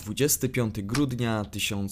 25 grudnia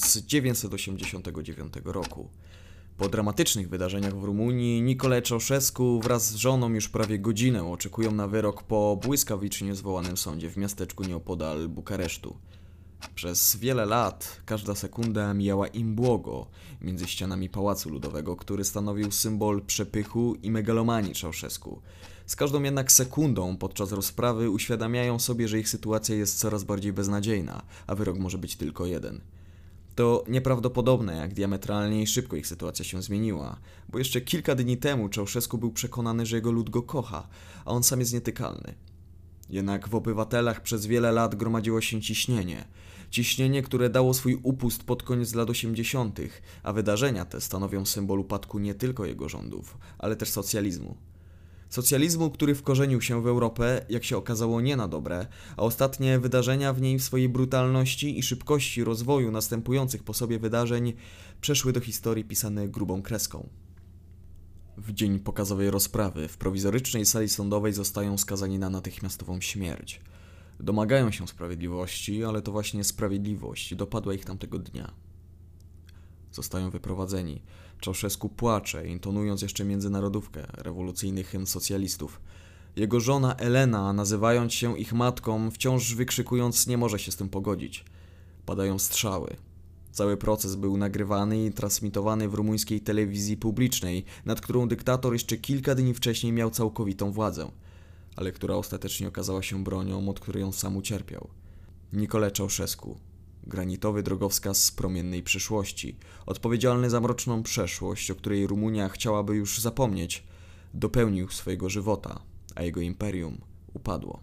1989 roku. Po dramatycznych wydarzeniach w Rumunii Nicolae Ceaușescu wraz z żoną już prawie godzinę oczekują na wyrok po błyskawicznie zwołanym sądzie w miasteczku nieopodal Bukaresztu. Przez wiele lat każda sekunda mijała im błogo między ścianami Pałacu Ludowego, który stanowił symbol przepychu i megalomanii Ceaușescu. Z każdą jednak sekundą podczas rozprawy uświadamiają sobie, że ich sytuacja jest coraz bardziej beznadziejna, a wyrok może być tylko jeden. To nieprawdopodobne, jak diametralnie i szybko ich sytuacja się zmieniła, bo jeszcze kilka dni temu Ceaușescu był przekonany, że jego lud go kocha, a on sam jest nietykalny. Jednak w obywatelach przez wiele lat gromadziło się ciśnienie. Ciśnienie, które dało swój upust pod koniec lat 80., a wydarzenia te stanowią symbol upadku nie tylko jego rządów, ale też socjalizmu. Socjalizmu, który wkorzenił się w Europę, jak się okazało, nie na dobre, a ostatnie wydarzenia w niej w swojej brutalności i szybkości rozwoju następujących po sobie wydarzeń przeszły do historii pisane grubą kreską. W dzień pokazowej rozprawy w prowizorycznej sali sądowej zostają skazani na natychmiastową śmierć. Domagają się sprawiedliwości, ale to właśnie sprawiedliwość dopadła ich tamtego dnia. Zostają wyprowadzeni. Ceaușescu płacze, intonując jeszcze międzynarodówkę, rewolucyjny hymn socjalistów. Jego żona Elena, nazywając się ich matką, wciąż wykrzykując, nie może się z tym pogodzić. Padają strzały. Cały proces był nagrywany i transmitowany w rumuńskiej telewizji publicznej, nad którą dyktator jeszcze kilka dni wcześniej miał całkowitą władzę, ale która ostatecznie okazała się bronią, od której on sam ucierpiał. Nicolae Ceaușescu, granitowy drogowskaz z promiennej przyszłości, odpowiedzialny za mroczną przeszłość, o której Rumunia chciałaby już zapomnieć, dopełnił swojego żywota, a jego imperium upadło.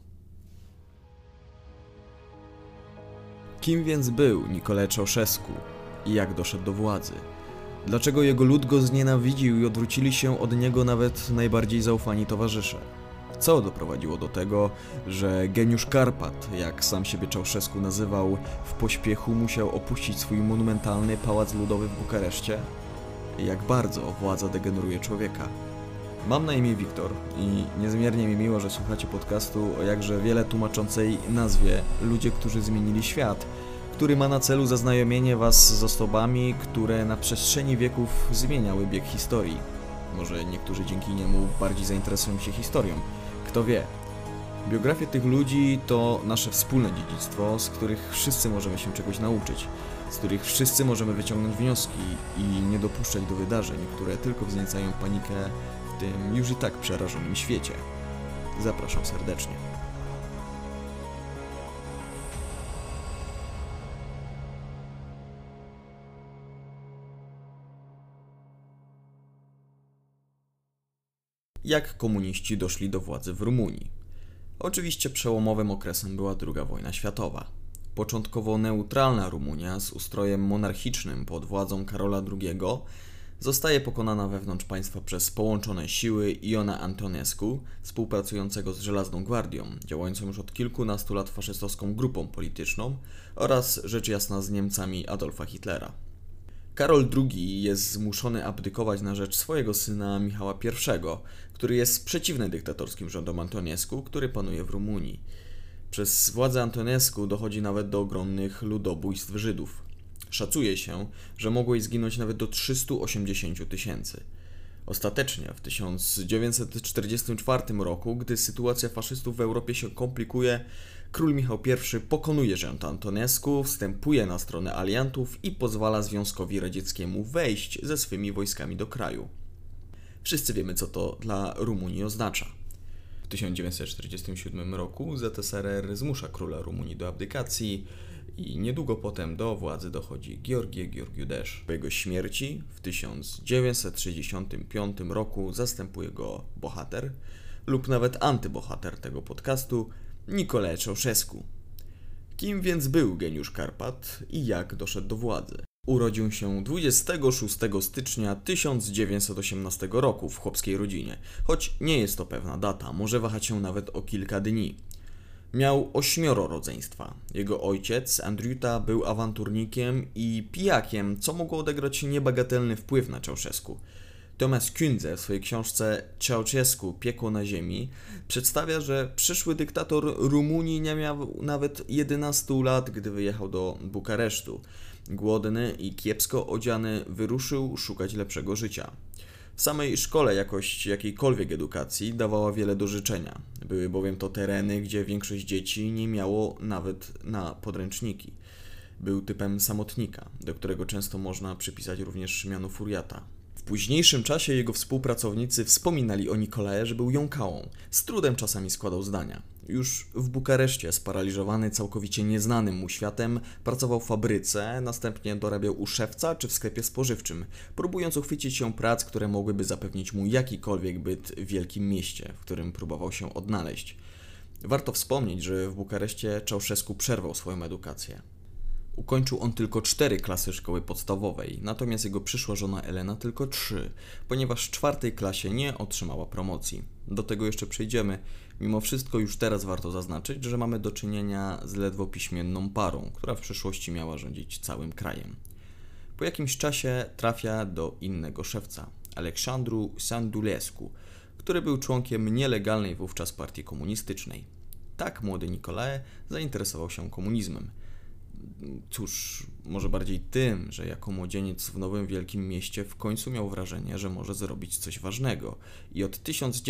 Kim więc był Nicolae Ceaușescu i jak doszedł do władzy? Dlaczego jego lud go znienawidził i odwrócili się od niego nawet najbardziej zaufani towarzysze? Co doprowadziło do tego, że geniusz Karpat, jak sam siebie Ceaușescu nazywał, w pośpiechu musiał opuścić swój monumentalny pałac ludowy w Bukareszcie? Jak bardzo władza degeneruje człowieka? Mam na imię Wiktor i niezmiernie mi miło, że słuchacie podcastu o jakże wiele tłumaczącej nazwie Ludzie, którzy zmienili świat, który ma na celu zaznajomienie was z osobami, które na przestrzeni wieków zmieniały bieg historii. Może niektórzy dzięki niemu bardziej zainteresują się historią. Kto wie? Biografie tych ludzi to nasze wspólne dziedzictwo, z których wszyscy możemy się czegoś nauczyć, z których wszyscy możemy wyciągnąć wnioski i nie dopuszczać do wydarzeń, które tylko wzniecają panikę w tym już i tak przerażonym świecie. Zapraszam serdecznie. Jak komuniści doszli do władzy w Rumunii? Oczywiście przełomowym okresem była II wojna światowa. Początkowo neutralna Rumunia z ustrojem monarchicznym pod władzą Karola II zostaje pokonana wewnątrz państwa przez połączone siły Iona Antonescu, współpracującego z Żelazną Gwardią, działającą już od kilkunastu lat faszystowską grupą polityczną oraz rzecz jasna z Niemcami Adolfa Hitlera. Karol II jest zmuszony abdykować na rzecz swojego syna Michała I, który jest przeciwny dyktatorskim rządom Antonescu, który panuje w Rumunii. Przez władzę Antonescu dochodzi nawet do ogromnych ludobójstw Żydów. Szacuje się, że mogło ich zginąć nawet do 380 000. Ostatecznie w 1944 roku, gdy sytuacja faszystów w Europie się komplikuje, król Michał I pokonuje rząd Antonescu, wstępuje na stronę aliantów i pozwala Związkowi Radzieckiemu wejść ze swymi wojskami do kraju. Wszyscy wiemy, co to dla Rumunii oznacza. W 1947 roku ZSRR zmusza króla Rumunii do abdykacji i niedługo potem do władzy dochodzi Gheorghe Gheorghiu-Dej. Po jego śmierci w 1965 roku zastępuje go bohater lub nawet antybohater tego podcastu, Nicolae Ceaușescu. Kim więc był geniusz Karpat i jak doszedł do władzy? Urodził się 26 stycznia 1918 roku w chłopskiej rodzinie, choć nie jest to pewna data, może wahać się nawet o kilka dni. Miał 8 rodzeństwa. Jego ojciec, Andriuta, był awanturnikiem i pijakiem, co mogło odegrać niebagatelny wpływ na Ceaușescu. Thomas Kuhn w swojej książce Ceausescu – Piekło na ziemi przedstawia, że przyszły dyktator Rumunii nie miał nawet 11 lat, gdy wyjechał do Bukaresztu. Głodny i kiepsko odziany wyruszył szukać lepszego życia. W samej szkole jakość jakiejkolwiek edukacji dawała wiele do życzenia. Były bowiem to tereny, gdzie większość dzieci nie miało nawet na podręczniki. Był typem samotnika, do którego często można przypisać również miano furiata. W późniejszym czasie jego współpracownicy wspominali o Nikolae, że był jąkałą. Z trudem czasami składał zdania. Już w Bukareszcie, sparaliżowany całkowicie nieznanym mu światem, pracował w fabryce, następnie dorabiał u szewca czy w sklepie spożywczym, próbując uchwycić się prac, które mogłyby zapewnić mu jakikolwiek byt w wielkim mieście, w którym próbował się odnaleźć. Warto wspomnieć, że w Bukareszcie Ceausescu przerwał swoją edukację. Ukończył on tylko 4 klasy szkoły podstawowej, natomiast jego przyszła żona Elena tylko 3, ponieważ w 4. klasie nie otrzymała promocji. Do tego jeszcze przejdziemy. Mimo wszystko już teraz warto zaznaczyć, że mamy do czynienia z ledwo piśmienną parą, która w przyszłości miała rządzić całym krajem. Po jakimś czasie trafia do innego szewca, Alexandru Sandulescu, który był członkiem nielegalnej wówczas partii komunistycznej. Tak młody Nicolae zainteresował się komunizmem. Cóż, może bardziej tym, że jako młodzieniec w nowym wielkim mieście w końcu miał wrażenie, że może zrobić coś ważnego i od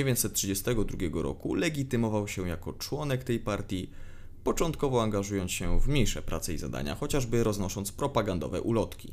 1932 roku legitymował się jako członek tej partii, początkowo angażując się w mniejsze prace i zadania, chociażby roznosząc propagandowe ulotki.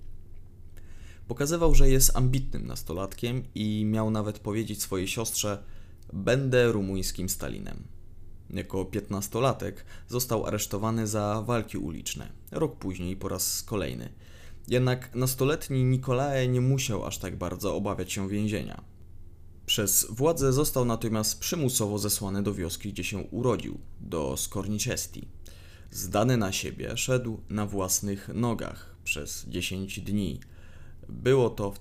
Pokazywał, że jest ambitnym nastolatkiem i miał nawet powiedzieć swojej siostrze: będę rumuńskim Stalinem. Jako 15-latek został aresztowany za walki uliczne, rok później po raz kolejny. Jednak nastoletni Nicolae nie musiał aż tak bardzo obawiać się więzienia. Przez władze został natomiast przymusowo zesłany do wioski, gdzie się urodził, do Skornicesti. Zdany na siebie szedł na własnych nogach przez 10 dni. Było to w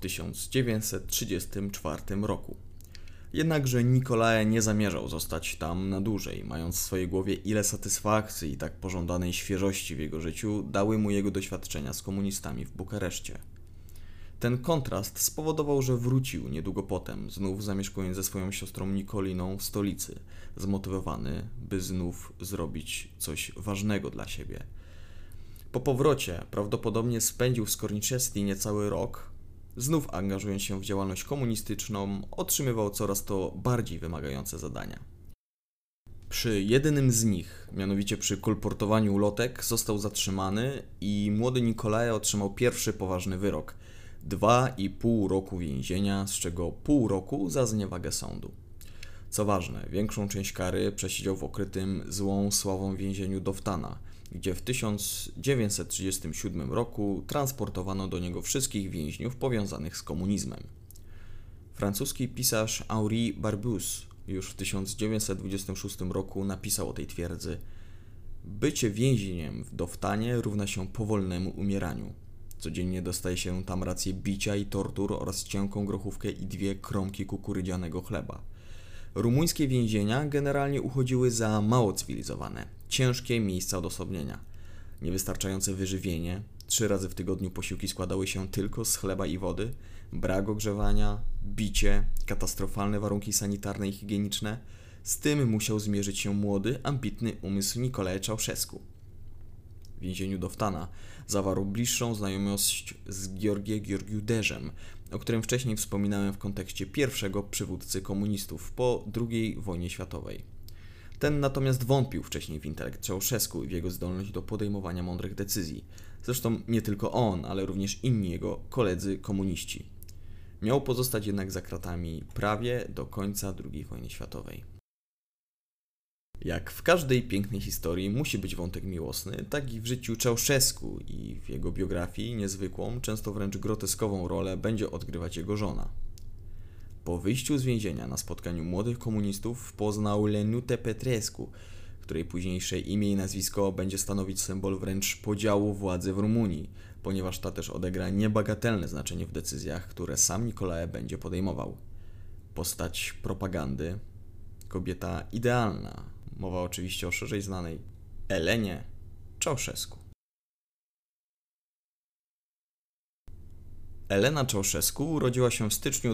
1934 roku. Jednakże Nicolae nie zamierzał zostać tam na dłużej, mając w swojej głowie ile satysfakcji i tak pożądanej świeżości w jego życiu dały mu jego doświadczenia z komunistami w Bukareszcie. Ten kontrast spowodował, że wrócił niedługo potem, znów zamieszkując ze swoją siostrą Nikoliną w stolicy, zmotywowany, by znów zrobić coś ważnego dla siebie. Po powrocie prawdopodobnie spędził w Skornicesti niecały rok. Znów angażując się w działalność komunistyczną, otrzymywał coraz to bardziej wymagające zadania. Przy jednym z nich, mianowicie przy kolportowaniu ulotek, został zatrzymany i młody Nicolae otrzymał pierwszy poważny wyrok – 2,5 roku więzienia, z czego pół roku za zniewagę sądu. Co ważne, większą część kary przesiedział w okrytym złą sławą więzieniu Doftana, gdzie w 1937 roku transportowano do niego wszystkich więźniów powiązanych z komunizmem. Francuski pisarz Henri Barbusse już w 1926 roku napisał o tej twierdzy: bycie więźniem w Doftanie równa się powolnemu umieraniu. Codziennie dostaje się tam rację bicia i tortur oraz cienką grochówkę i 2 kromki kukurydzianego chleba. Rumuńskie więzienia generalnie uchodziły za mało cywilizowane, ciężkie miejsca odosobnienia. Niewystarczające wyżywienie, 3 razy w tygodniu posiłki składały się tylko z chleba i wody, brak ogrzewania, bicie, katastrofalne warunki sanitarne i higieniczne. Z tym musiał zmierzyć się młody, ambitny umysł Nicolae Ceausescu. W więzieniu Doftana zawarł bliższą znajomość z Gheorghe Gheorghiu-Derzem, o którym wcześniej wspominałem w kontekście pierwszego przywódcy komunistów po II wojnie światowej. Ten natomiast wątpił wcześniej w intelekt Ceausescu i w jego zdolność do podejmowania mądrych decyzji. Zresztą nie tylko on, ale również inni jego koledzy komuniści. Miał pozostać jednak za kratami prawie do końca II wojny światowej. Jak w każdej pięknej historii musi być wątek miłosny, tak i w życiu Ceausescu i w jego biografii niezwykłą, często wręcz groteskową rolę będzie odgrywać jego żona. Po wyjściu z więzienia na spotkaniu młodych komunistów poznał Lenutę Petrescu, której późniejsze imię i nazwisko będzie stanowić symbol wręcz podziału władzy w Rumunii, ponieważ ta też odegra niebagatelne znaczenie w decyzjach, które sam Nicolae będzie podejmował. Postać propagandy, kobieta idealna, mowa oczywiście o szerzej znanej Elenie Ceausescu. Elena Ceausescu urodziła się w styczniu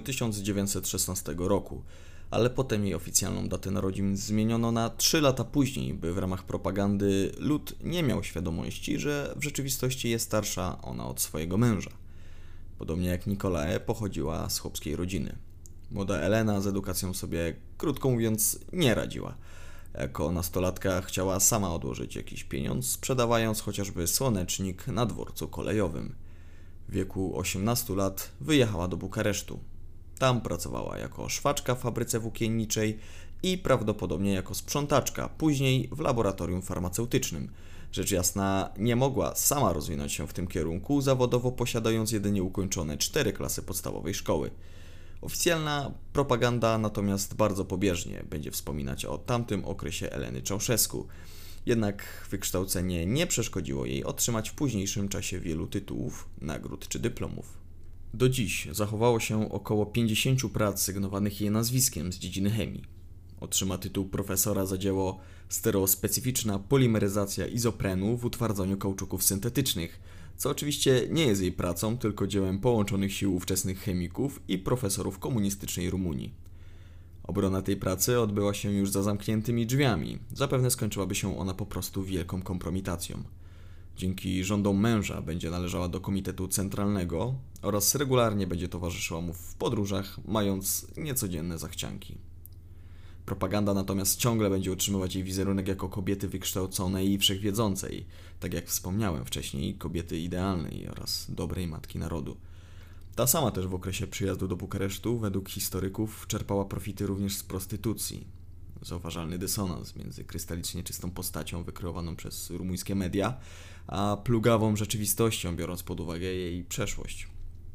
1916 roku, ale potem jej oficjalną datę narodzin zmieniono na 3 lata później, by w ramach propagandy lud nie miał świadomości, że w rzeczywistości jest starsza ona od swojego męża. Podobnie jak Nicolae, pochodziła z chłopskiej rodziny. Młoda Elena z edukacją sobie, krótko mówiąc, nie radziła. Jako nastolatka chciała sama odłożyć jakiś pieniądz, sprzedawając chociażby słonecznik na dworcu kolejowym. W wieku 18 lat wyjechała do Bukaresztu. Tam pracowała jako szwaczka w fabryce włókienniczej i prawdopodobnie jako sprzątaczka, później w laboratorium farmaceutycznym. Rzecz jasna, nie mogła sama rozwinąć się w tym kierunku, zawodowo posiadając jedynie ukończone 4 klasy podstawowej szkoły. Oficjalna propaganda natomiast bardzo pobieżnie będzie wspominać o tamtym okresie Eleny Ceausescu. Jednak wykształcenie nie przeszkodziło jej otrzymać w późniejszym czasie wielu tytułów, nagród czy dyplomów. Do dziś zachowało się około 50 prac sygnowanych jej nazwiskiem z dziedziny chemii. Otrzyma tytuł profesora za dzieło Stereospecyficzna polimeryzacja izoprenu w utwardzaniu kauczuków syntetycznych, co oczywiście nie jest jej pracą, tylko dziełem połączonych sił ówczesnych chemików i profesorów komunistycznej Rumunii. Obrona tej pracy odbyła się już za zamkniętymi drzwiami, zapewne skończyłaby się ona po prostu wielką kompromitacją. Dzięki rządom męża będzie należała do Komitetu Centralnego oraz regularnie będzie towarzyszyła mu w podróżach, mając niecodzienne zachcianki. Propaganda natomiast ciągle będzie utrzymywać jej wizerunek jako kobiety wykształconej i wszechwiedzącej, tak jak wspomniałem wcześniej, kobiety idealnej oraz dobrej matki narodu. Ta sama też w okresie przyjazdu do Bukaresztu, według historyków, czerpała profity również z prostytucji. Zauważalny dysonans między krystalicznie czystą postacią wykreowaną przez rumuńskie media, a plugawą rzeczywistością, biorąc pod uwagę jej przeszłość.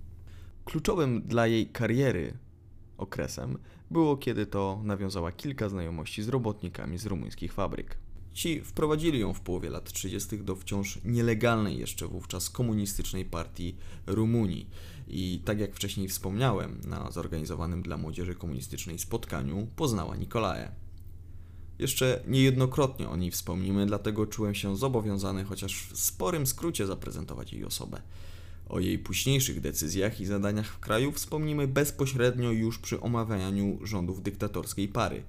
Kluczowym dla jej kariery okresem było, kiedy to nawiązała kilka znajomości z robotnikami z rumuńskich fabryk. Ci wprowadzili ją w połowie lat 30. do wciąż nielegalnej jeszcze wówczas komunistycznej partii Rumunii i tak jak wcześniej wspomniałem, na zorganizowanym dla młodzieży komunistycznej spotkaniu poznała Nicolae. Jeszcze niejednokrotnie o niej wspomnimy, dlatego czułem się zobowiązany chociaż w sporym skrócie zaprezentować jej osobę. O jej późniejszych decyzjach i zadaniach w kraju wspomnimy bezpośrednio już przy omawianiu rządów dyktatorskiej pary.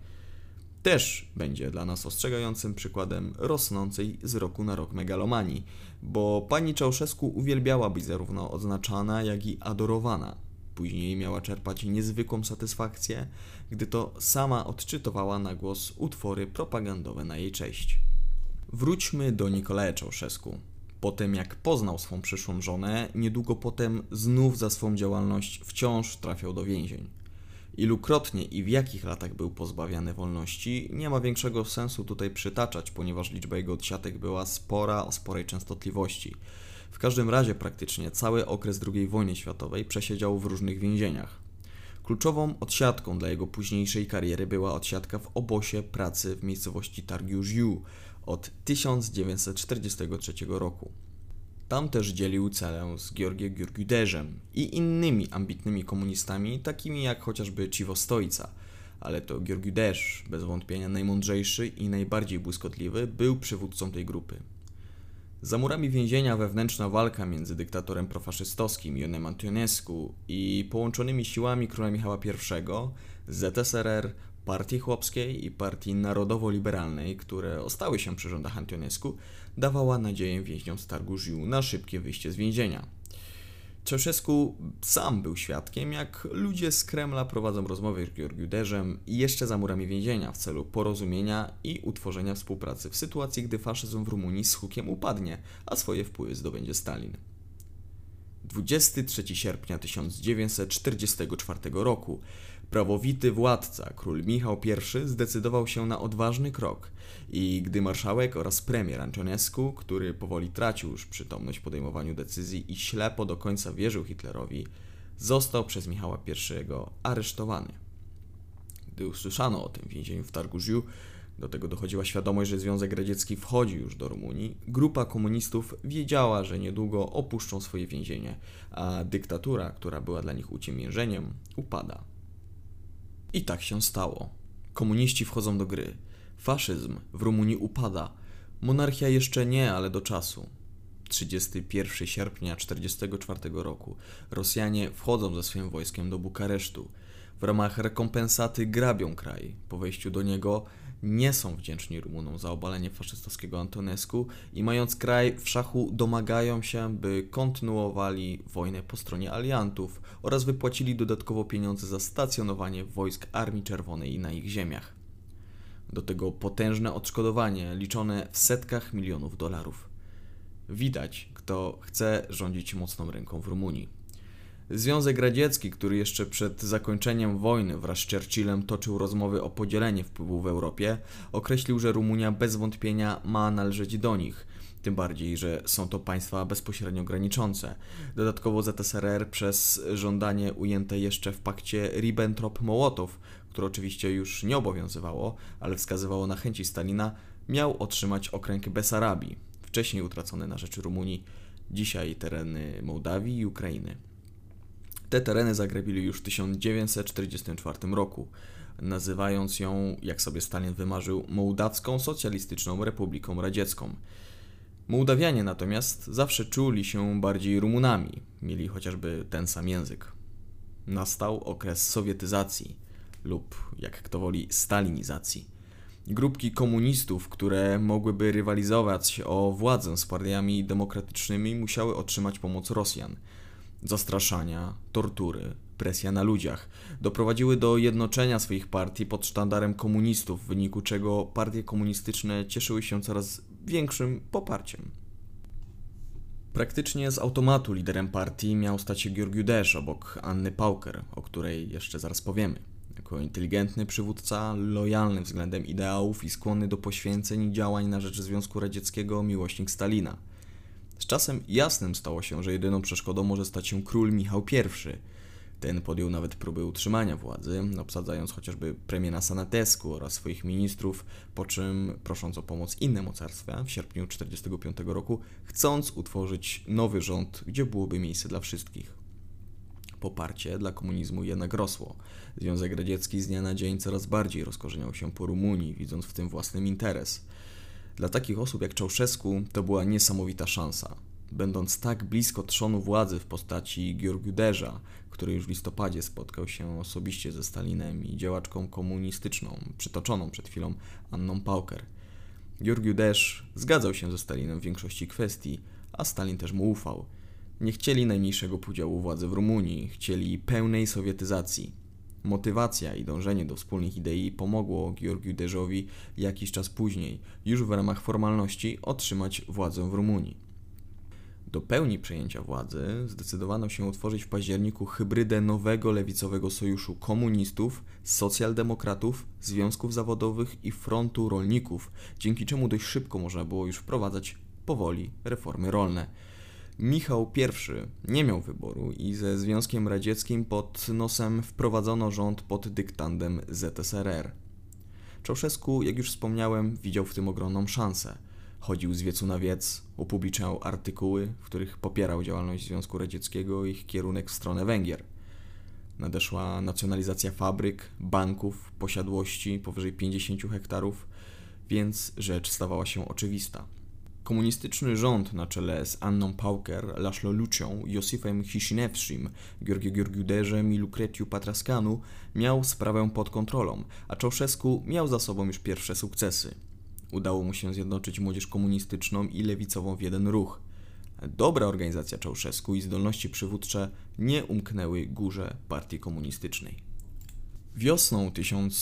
Też będzie dla nas ostrzegającym przykładem rosnącej z roku na rok megalomanii, bo pani Ceausescu uwielbiała być zarówno odznaczana, jak i adorowana. Później miała czerpać niezwykłą satysfakcję, gdy to sama odczytowała na głos utwory propagandowe na jej cześć. Wróćmy do Nicolae Ceausescu. Po tym jak poznał swą przyszłą żonę, niedługo potem znów za swą działalność wciąż trafiał do więzień. Ilukrotnie i w jakich latach był pozbawiany wolności, nie ma większego sensu tutaj przytaczać, ponieważ liczba jego odsiadek była spora, o sporej częstotliwości. W każdym razie praktycznie cały okres II wojny światowej przesiedział w różnych więzieniach. Kluczową odsiadką dla jego późniejszej kariery była odsiadka w obozie pracy w miejscowości Targu Jiu od 1943 roku. Tam też dzielił celę z Gheorghe Gheorghiuderzem i innymi ambitnymi komunistami, takimi jak chociażby Civo Stoica, ale to Gheorghiuderz, bez wątpienia najmądrzejszy i najbardziej błyskotliwy, był przywódcą tej grupy. Za murami więzienia wewnętrzna walka między dyktatorem profaszystowskim Ionem Antonescu i połączonymi siłami króla Michała I, ZSRR, Partii Chłopskiej i Partii Narodowo-Liberalnej, które ostały się przy rządach Antonescu, dawała nadzieję więźniom z Targu Jiu na szybkie wyjście z więzienia. Ceausescu sam był świadkiem, jak ludzie z Kremla prowadzą rozmowy z Gheorghiuderzem jeszcze za murami więzienia w celu porozumienia i utworzenia współpracy w sytuacji, gdy faszyzm w Rumunii z hukiem upadnie, a swoje wpływy zdobędzie Stalin. 23 sierpnia 1944 roku prawowity władca, król Michał I, zdecydował się na odważny krok i gdy marszałek oraz premier Antonescu, który powoli tracił już przytomność w podejmowaniu decyzji i ślepo do końca wierzył Hitlerowi, został przez Michała I aresztowany. Gdy usłyszano o tym więzieniu w Targu Jiu, do tego dochodziła świadomość, że Związek Radziecki wchodzi już do Rumunii, grupa komunistów wiedziała, że niedługo opuszczą swoje więzienie, a dyktatura, która była dla nich uciemiężeniem, upada. I tak się stało. Komuniści wchodzą do gry. Faszyzm w Rumunii upada. Monarchia jeszcze nie, ale do czasu. 31 sierpnia 1944 roku Rosjanie wchodzą ze swoim wojskiem do Bukaresztu. W ramach rekompensaty grabią kraj. Po wejściu do niego nie są wdzięczni Rumunom za obalenie faszystowskiego Antonescu i mając kraj w szachu domagają się, by kontynuowali wojnę po stronie aliantów oraz wypłacili dodatkowo pieniądze za stacjonowanie wojsk Armii Czerwonej na ich ziemiach. Do tego potężne odszkodowanie liczone w setkach milionów dolarów. Widać, kto chce rządzić mocną ręką w Rumunii. Związek Radziecki, który jeszcze przed zakończeniem wojny wraz z Churchillem toczył rozmowy o podzielenie wpływów w Europie, określił, że Rumunia bez wątpienia ma należeć do nich. Tym bardziej, że są to państwa bezpośrednio graniczące. Dodatkowo ZSRR przez żądanie ujęte jeszcze w pakcie Ribbentrop-Mołotow, które oczywiście już nie obowiązywało, ale wskazywało na chęci Stalina, miał otrzymać okręg Besarabii, wcześniej utracone na rzecz Rumunii, dzisiaj tereny Mołdawii i Ukrainy. Te tereny zagrabili już w 1944 roku, nazywając ją, jak sobie Stalin wymarzył, Mołdawską Socjalistyczną Republiką Radziecką. Mołdawianie natomiast zawsze czuli się bardziej Rumunami, mieli chociażby ten sam język. Nastał okres sowietyzacji lub, jak kto woli, stalinizacji. Grupki komunistów, które mogłyby rywalizować o władzę z partiami demokratycznymi, musiały otrzymać pomoc Rosjan. Zastraszania, tortury, presja na ludziach doprowadziły do jednoczenia swoich partii pod sztandarem komunistów, w wyniku czego partie komunistyczne cieszyły się coraz większym poparciem. Praktycznie z automatu liderem partii miał stać się Gheorghiu Dej obok Anny Pauker, o której jeszcze zaraz powiemy. Jako inteligentny przywódca, lojalny względem ideałów i skłonny do poświęceń i działań na rzecz Związku Radzieckiego, miłośnik Stalina. Z czasem jasnym stało się, że jedyną przeszkodą może stać się król Michał I. Ten podjął nawet próby utrzymania władzy, obsadzając chociażby premiera Sănătescu oraz swoich ministrów, po czym prosząc o pomoc inne mocarstwa w sierpniu 1945 roku, chcąc utworzyć nowy rząd, gdzie byłoby miejsce dla wszystkich. Poparcie dla komunizmu jednak rosło. Związek Radziecki z dnia na dzień coraz bardziej rozkorzeniał się po Rumunii, widząc w tym własny interes. Dla takich osób jak Ceausescu to była niesamowita szansa. Będąc tak blisko trzonu władzy w postaci Gheorghiu Deja, który już w listopadzie spotkał się osobiście ze Stalinem i działaczką komunistyczną, przytoczoną przed chwilą Anną Pauker. Gheorghiu Dej zgadzał się ze Stalinem w większości kwestii, a Stalin też mu ufał. Nie chcieli najmniejszego podziału władzy w Rumunii, chcieli pełnej sowietyzacji. Motywacja i dążenie do wspólnych idei pomogło Gheorghiu Dejowi jakiś czas później, już w ramach formalności, otrzymać władzę w Rumunii. Do pełni przejęcia władzy zdecydowano się utworzyć w październiku hybrydę nowego lewicowego sojuszu komunistów, socjaldemokratów, związków zawodowych i frontu rolników, dzięki czemu dość szybko można było już wprowadzać powoli reformy rolne. Michał I nie miał wyboru i ze Związkiem Radzieckim pod nosem wprowadzono rząd pod dyktandem ZSRR. Ceausescu, jak już wspomniałem, widział w tym ogromną szansę. Chodził z wiecu na wiec, upubliczniał artykuły, w których popierał działalność Związku Radzieckiego i ich kierunek w stronę Węgier. Nadeszła nacjonalizacja fabryk, banków, posiadłości powyżej 50 hektarów, więc rzecz stawała się oczywista. Komunistyczny rząd na czele z Anną Pauker, Laszlo Lucią, Józefem Kiszynewskim, Gheorghiu Dejem i Lucrețiu Patrascanu miał sprawę pod kontrolą, a Ceausescu miał za sobą już pierwsze sukcesy. Udało mu się zjednoczyć młodzież komunistyczną i lewicową w jeden ruch. Dobra organizacja Ceausescu i zdolności przywódcze nie umknęły górze partii komunistycznej. Wiosną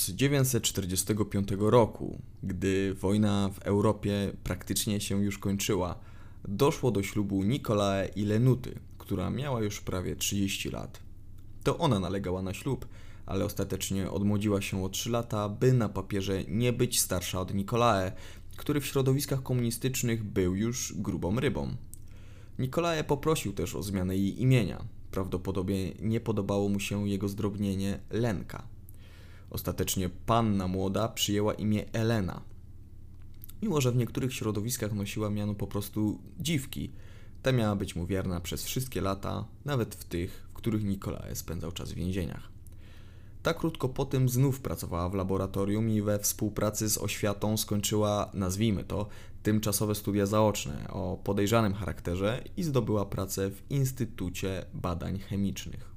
1945 roku, gdy wojna w Europie praktycznie się już kończyła, doszło do ślubu Nicolae i Lenuty, która miała już prawie 30 lat. To ona nalegała na ślub, ale ostatecznie odmłodziła się o 3 lata, by na papierze nie być starsza od Nicolae, który w środowiskach komunistycznych był już grubą rybą. Nicolae poprosił też o zmianę jej imienia. Prawdopodobnie nie podobało mu się jego zdrobnienie Lenka. Ostatecznie panna młoda przyjęła imię Elena. Mimo że w niektórych środowiskach nosiła miano po prostu dziwki, ta miała być mu wierna przez wszystkie lata, nawet w tych, w których Nicolae spędzał czas w więzieniach. Ta krótko po tym znów pracowała w laboratorium i we współpracy z oświatą skończyła, nazwijmy to, tymczasowe studia zaoczne o podejrzanym charakterze i zdobyła pracę w Instytucie Badań Chemicznych.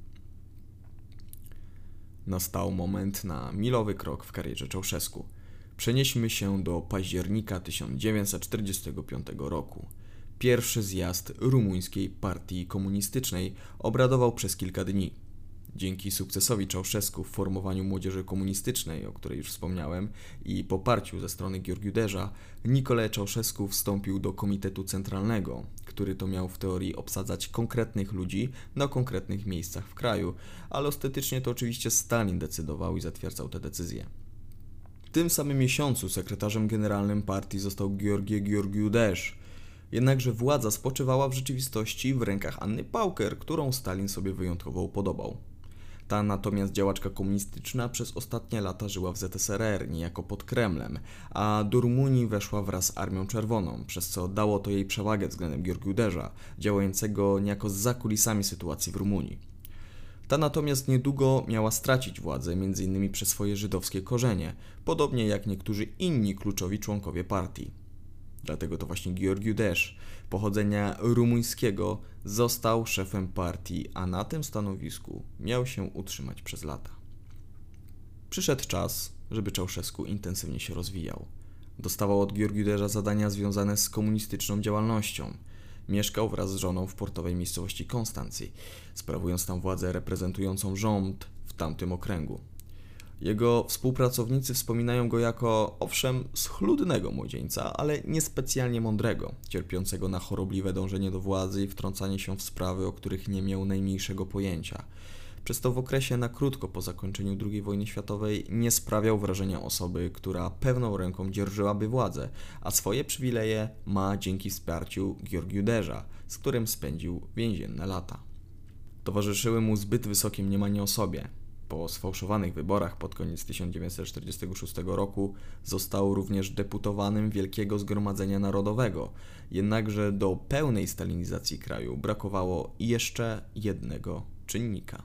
Nastał moment na milowy krok w karierze Ceausescu. Przenieśmy się do października 1945 roku. Pierwszy zjazd rumuńskiej partii komunistycznej obradował przez kilka dni. Dzięki sukcesowi Ceausescu w formowaniu młodzieży komunistycznej, o której już wspomniałem, i poparciu ze strony Gheorghe Uderza, Nicolae Ceausescu wstąpił do Komitetu Centralnego, który to miał w teorii obsadzać konkretnych ludzi na konkretnych miejscach w kraju, ale ostatecznie to oczywiście Stalin decydował i zatwierdzał te decyzje. W tym samym miesiącu sekretarzem generalnym partii został Gheorghe Uderz. Jednakże władza spoczywała w rzeczywistości w rękach Anny Pauker, którą Stalin sobie wyjątkowo upodobał. Ta natomiast działaczka komunistyczna przez ostatnie lata żyła w ZSRR, niejako pod Kremlem, a do Rumunii weszła wraz z Armią Czerwoną, przez co dało to jej przewagę względem Gheorghe Uderza, działającego niejako za kulisami sytuacji w Rumunii. Ta natomiast niedługo miała stracić władzę, m.in. przez swoje żydowskie korzenie, podobnie jak niektórzy inni kluczowi członkowie partii. Dlatego to właśnie Gheorghe Uderz, pochodzenia rumuńskiego, został szefem partii, a na tym stanowisku miał się utrzymać przez lata. Przyszedł czas, żeby Ceausescu intensywnie się rozwijał. Dostawał od Gheorghe Uderza zadania związane z komunistyczną działalnością. Mieszkał wraz z żoną w portowej miejscowości Konstancji, sprawując tam władzę reprezentującą rząd w tamtym okręgu. Jego współpracownicy wspominają go jako, owszem, schludnego młodzieńca, ale niespecjalnie mądrego, cierpiącego na chorobliwe dążenie do władzy i wtrącanie się w sprawy, o których nie miał najmniejszego pojęcia. Przez to w okresie na krótko po zakończeniu II wojny światowej nie sprawiał wrażenia osoby, która pewną ręką dzierżyłaby władzę, a swoje przywileje ma dzięki wsparciu Gheorghe Uderza, z którym spędził więzienne lata. Towarzyszyły mu zbyt wysokie mniemanie o sobie. Po sfałszowanych wyborach pod koniec 1946 roku został również deputowanym Wielkiego Zgromadzenia Narodowego, jednakże do pełnej stalinizacji kraju brakowało jeszcze jednego czynnika.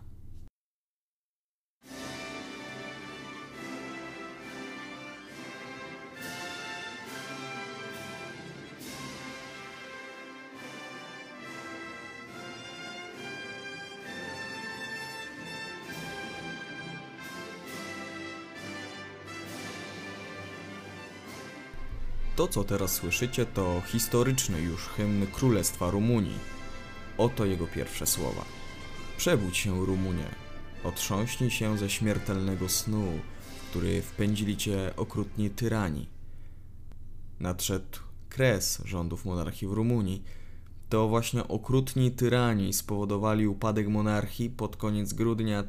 To, co teraz słyszycie, to historyczny już hymn Królestwa Rumunii. Oto jego pierwsze słowa. Przebudź się, Rumunie, otrząśnij się ze śmiertelnego snu, w który wpędzili cię okrutni tyrani. Nadszedł kres rządów monarchii w Rumunii. To właśnie okrutni tyrani spowodowali upadek monarchii pod koniec grudnia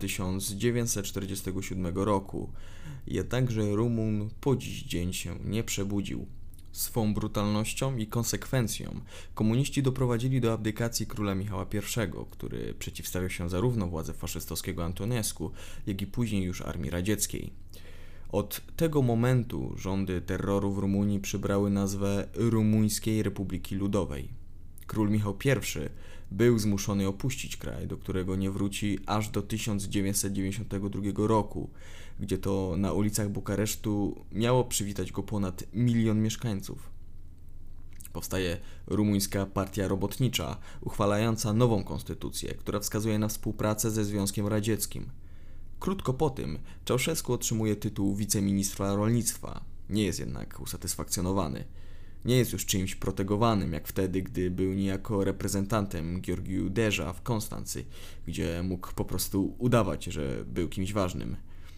1947 roku. Jednakże Rumun po dziś dzień się nie przebudził. Swą brutalnością i konsekwencją komuniści doprowadzili do abdykacji króla Michała I, który przeciwstawiał się zarówno władzy faszystowskiego Antonescu, jak i później już armii radzieckiej. Od tego momentu rządy terroru w Rumunii przybrały nazwę Rumuńskiej Republiki Ludowej. Król Michał I był zmuszony opuścić kraj, do którego nie wróci aż do 1992 roku, gdzie to na ulicach Bukaresztu miało przywitać go ponad 1 milion mieszkańców. Powstaje Rumuńska Partia Robotnicza, uchwalająca nową konstytucję, która wskazuje na współpracę ze Związkiem Radzieckim. Krótko po tym Ceausescu otrzymuje tytuł wiceministra rolnictwa, nie jest jednak usatysfakcjonowany. Nie jest już czymś protegowanym, jak wtedy, gdy był niejako reprezentantem Gheorghe Uderza w Konstancji, gdzie mógł po prostu udawać, że był kimś ważnym.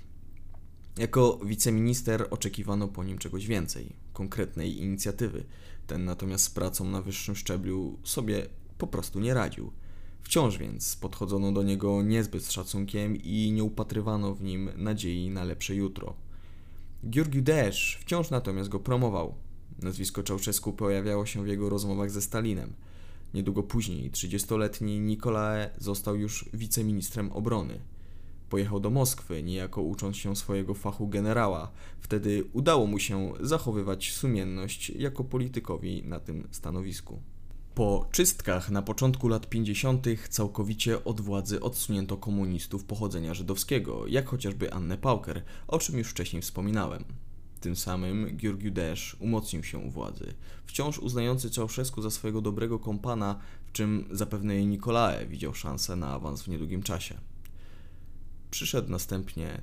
Jako wiceminister oczekiwano po nim czegoś więcej, konkretnej inicjatywy. Ten natomiast z pracą na wyższym szczeblu sobie po prostu nie radził. Wciąż więc podchodzono do niego niezbyt z szacunkiem i nie upatrywano w nim nadziei na lepsze jutro. Gheorghe Uderz wciąż natomiast go promował. Nazwisko Ceausescu pojawiało się w jego rozmowach ze Stalinem. Niedługo później 30-letni Nicolae został już wiceministrem obrony. Pojechał do Moskwy, niejako ucząc się swojego fachu generała. Wtedy udało mu się zachowywać sumienność jako politykowi na tym stanowisku. Po czystkach na początku lat 50. całkowicie od władzy odsunięto komunistów pochodzenia żydowskiego, jak chociażby Annę Pauker, o czym już wcześniej wspominałem. Tym samym Giorgiu Desz umocnił się u władzy, wciąż uznający Ceausescu za swojego dobrego kompana, w czym zapewne i Nicolae widział szansę na awans w niedługim czasie. Przyszedł następnie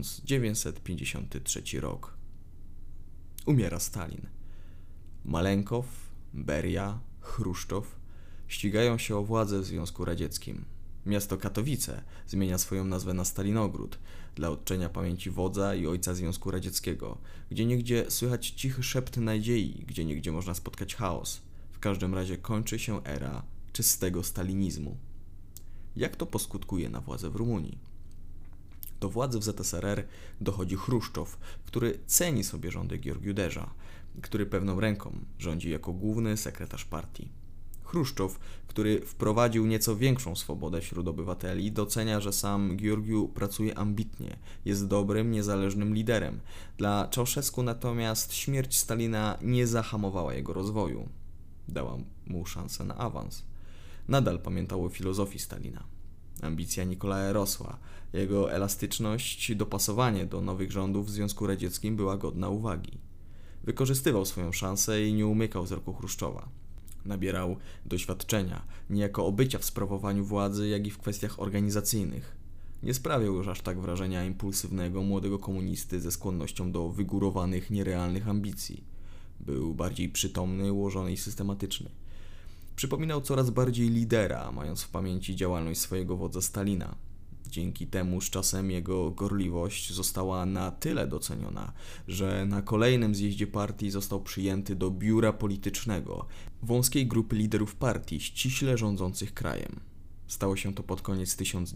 1953 rok. Umiera Stalin. Malenkow, Beria, Chruszczow ścigają się o władzę w Związku Radzieckim. Miasto Katowice zmienia swoją nazwę na Stalinogród dla uczczenia pamięci wodza i ojca Związku Radzieckiego, gdzieniegdzie słychać cichy szept nadziei, gdzieniegdzie można spotkać chaos. W każdym razie kończy się era czystego stalinizmu. Jak to poskutkuje na władzę w Rumunii? Do władzy w ZSRR dochodzi Chruszczow, który ceni sobie rządy Giorgiu Desza, który pewną ręką rządzi jako główny sekretarz partii. Chruszczow, który wprowadził nieco większą swobodę wśród obywateli, docenia, że sam Giorgiu pracuje ambitnie, jest dobrym, niezależnym liderem. Dla Ceausescu natomiast śmierć Stalina nie zahamowała jego rozwoju. Dała mu szansę na awans. Nadal pamiętał o filozofii Stalina. Ambicja Nicolae rosła. Jego elastyczność, dopasowanie do nowych rządów w Związku Radzieckim była godna uwagi. Wykorzystywał swoją szansę i nie umykał wzroku Chruszczowa. Nabierał doświadczenia, niejako obycia w sprawowaniu władzy, jak i w kwestiach organizacyjnych. Nie sprawiał już aż tak wrażenia impulsywnego młodego komunisty ze skłonnością do wygórowanych, nierealnych ambicji. Był bardziej przytomny, ułożony i systematyczny. Przypominał coraz bardziej lidera, mając w pamięci działalność swojego wodza Stalina. Dzięki temu z czasem jego gorliwość została na tyle doceniona, że na kolejnym zjeździe partii został przyjęty do biura politycznego, wąskiej grupy liderów partii ściśle rządzących krajem. Stało się to pod koniec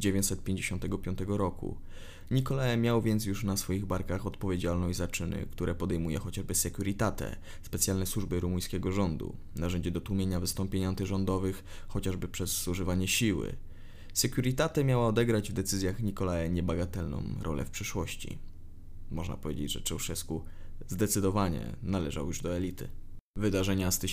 1955 roku. Nicolae miał więc już na swoich barkach odpowiedzialność za czyny, które podejmuje chociażby Securitate, specjalne służby rumuńskiego rządu, narzędzie do tłumienia wystąpień antyrządowych, chociażby przez używanie siły. Securitate miała odegrać w decyzjach Nicolae niebagatelną rolę w przyszłości. Można powiedzieć, że Ceausescu zdecydowanie należał już do elity. Wydarzenia z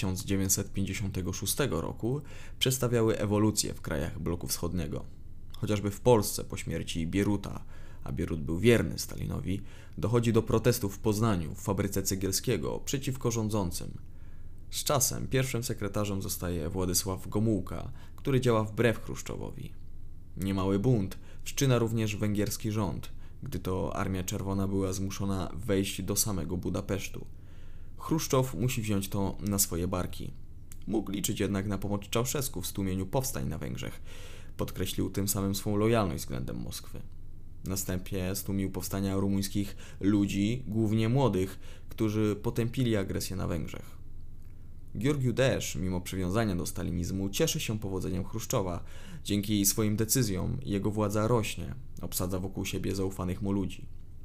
1956 roku przedstawiały ewolucję w krajach bloku wschodniego. Chociażby w Polsce po śmierci Bieruta, a Bierut był wierny Stalinowi, dochodzi do protestów w Poznaniu, w fabryce Cegielskiego, przeciwko rządzącym. Z czasem pierwszym sekretarzem zostaje Władysław Gomułka, który działa wbrew Chruszczowowi. Niemały bunt wszczyna również węgierski rząd, gdy to Armia Czerwona była zmuszona wejść do samego Budapesztu. Chruszczow musi wziąć to na swoje barki. Mógł liczyć jednak na pomoc Ceausescu w stłumieniu powstań na Węgrzech. Podkreślił tym samym swą lojalność względem Moskwy. Następnie stłumił powstania rumuńskich ludzi, głównie młodych, którzy potępili agresję na Węgrzech. Giorgiu Desz, mimo przywiązania do stalinizmu, cieszy się powodzeniem Chruszczowa. Dzięki swoim decyzjom jego władza rośnie, obsadza wokół siebie zaufanych mu ludzi.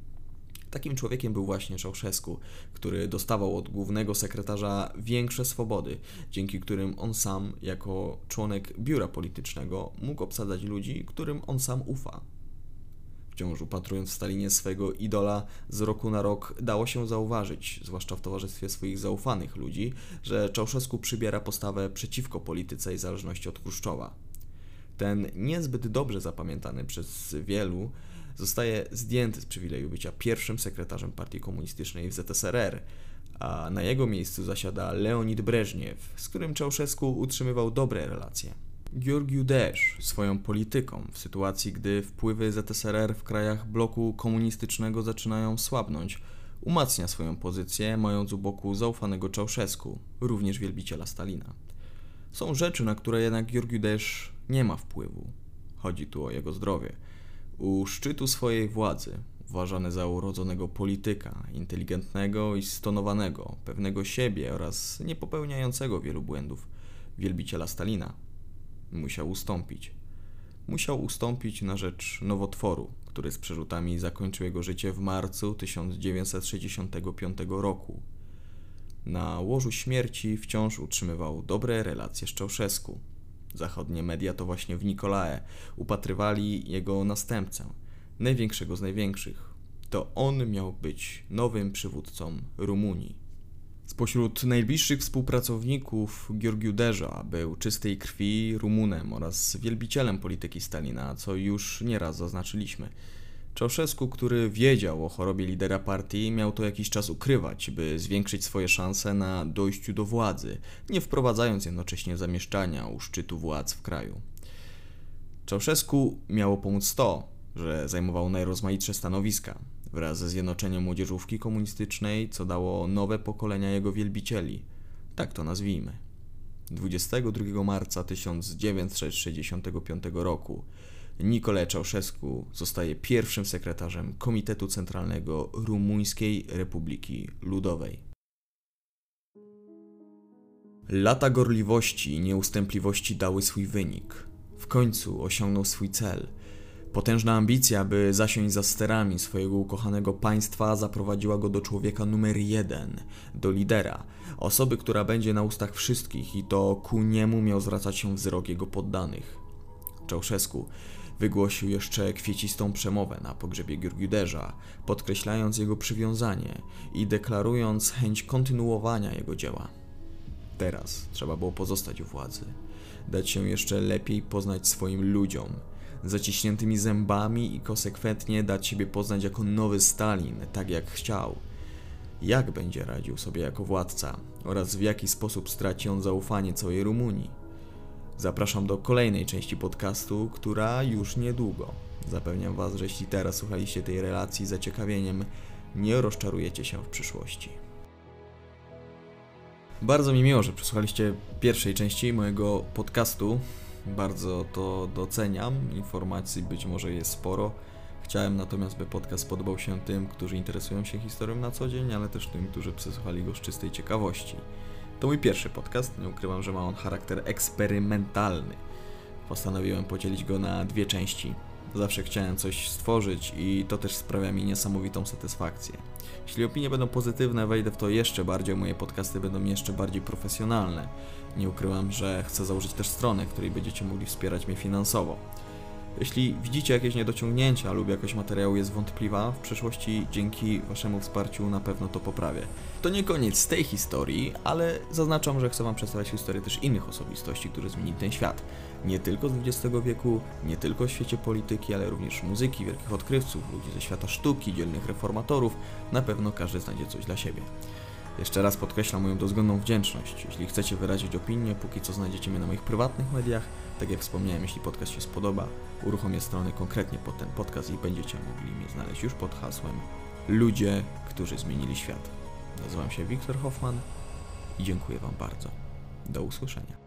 Takim człowiekiem był właśnie Ceausescu, który dostawał od głównego sekretarza większe swobody, dzięki którym on sam, jako członek biura politycznego, mógł obsadzać ludzi, którym on sam ufa. Wciąż upatrując w Stalinie swego idola, z roku na rok dało się zauważyć, zwłaszcza w towarzystwie swoich zaufanych ludzi, że Ceausescu przybiera postawę przeciwko polityce i zależności od Chruszczowa. Ten niezbyt dobrze zapamiętany przez wielu zostaje zdjęty z przywileju bycia pierwszym sekretarzem partii komunistycznej w ZSRR, a na jego miejscu zasiada Leonid Breżniew, z którym Ceausescu utrzymywał dobre relacje. Giorgiu Desz swoją polityką w sytuacji, gdy wpływy ZSRR w krajach bloku komunistycznego zaczynają słabnąć, umacnia swoją pozycję, mając u boku zaufanego Ceausescu, również wielbiciela Stalina. Są rzeczy, na które jednak Giorgiu Desz nie ma wpływu. Chodzi tu o jego zdrowie. U szczytu swojej władzy, uważany za urodzonego polityka, inteligentnego i stonowanego, pewnego siebie oraz niepopełniającego wielu błędów, wielbiciela Stalina, musiał ustąpić. Musiał ustąpić na rzecz nowotworu, który z przerzutami zakończył jego życie w marcu 1965 roku. Na łożu śmierci wciąż utrzymywał dobre relacje z Ceausescu. Zachodnie media to właśnie w Nicolae upatrywali jego następcę, największego z największych. To on miał być nowym przywódcą Rumunii. Spośród najbliższych współpracowników Giurgiu-Derza był czystej krwi Rumunem oraz wielbicielem polityki Stalina, co już nieraz zaznaczyliśmy. Ceaușescu, który wiedział o chorobie lidera partii, miał to jakiś czas ukrywać, by zwiększyć swoje szanse na dojściu do władzy, nie wprowadzając jednocześnie zamieszczania u szczytu władz w kraju. Ceaușescu miało pomóc to, że zajmował najrozmaitsze stanowiska, wraz ze zjednoczeniem młodzieżówki komunistycznej, co dało nowe pokolenia jego wielbicieli. Tak to nazwijmy. 22 marca 1965 roku Nicolae Ceaușescu zostaje pierwszym sekretarzem Komitetu Centralnego Rumuńskiej Republiki Ludowej. Lata gorliwości i nieustępliwości dały swój wynik. W końcu osiągnął swój cel. Potężna ambicja, by zasiąść za sterami swojego ukochanego państwa, zaprowadziła go do człowieka numer 1, do lidera, osoby, która będzie na ustach wszystkich i to ku niemu miał zwracać się wzrok jego poddanych. Ceaușescu wygłosił jeszcze kwiecistą przemowę na pogrzebie Giurgiu-Derza, podkreślając jego przywiązanie i deklarując chęć kontynuowania jego dzieła. Teraz trzeba było pozostać u władzy, dać się jeszcze lepiej poznać swoim ludziom, zaciśniętymi zębami i konsekwentnie dać siebie poznać jako nowy Stalin, tak jak chciał. Jak będzie radził sobie jako władca oraz w jaki sposób straci on zaufanie całej Rumunii. Zapraszam do kolejnej części podcastu, która już niedługo. Zapewniam Was, że jeśli teraz słuchaliście tej relacji z zaciekawieniem, nie rozczarujecie się w przyszłości. Bardzo mi miło, że przesłuchaliście pierwszej części mojego podcastu. Bardzo to doceniam. Informacji być może jest sporo. Chciałem natomiast, by podcast spodobał się tym, którzy interesują się historią na co dzień, ale też tym, którzy przesłuchali go z czystej ciekawości. To mój pierwszy podcast, nie ukrywam, że ma on charakter eksperymentalny. Postanowiłem podzielić go na 2 części. Zawsze chciałem coś stworzyć i to też sprawia mi niesamowitą satysfakcję. Jeśli opinie będą pozytywne, wejdę w to jeszcze bardziej, moje podcasty będą jeszcze bardziej profesjonalne. Nie ukrywam, że chcę założyć też stronę, w której będziecie mogli wspierać mnie finansowo. Jeśli widzicie jakieś niedociągnięcia lub jakość materiału jest wątpliwa, w przyszłości dzięki Waszemu wsparciu na pewno to poprawię. To nie koniec tej historii, ale zaznaczam, że chcę Wam przedstawiać historię też innych osobistości, które zmienili ten świat. Nie tylko z XX wieku, nie tylko w świecie polityki, ale również muzyki, wielkich odkrywców, ludzi ze świata sztuki, dzielnych reformatorów. Na pewno każdy znajdzie coś dla siebie. Jeszcze raz podkreślam moją dozgonną wdzięczność. Jeśli chcecie wyrazić opinię, póki co znajdziecie mnie na moich prywatnych mediach. Tak jak wspomniałem, jeśli podcast się spodoba, uruchomię stronę konkretnie pod ten podcast i będziecie mogli mnie znaleźć już pod hasłem Ludzie, którzy zmienili świat. Nazywam się Wiktor Hoffman i dziękuję Wam bardzo. Do usłyszenia.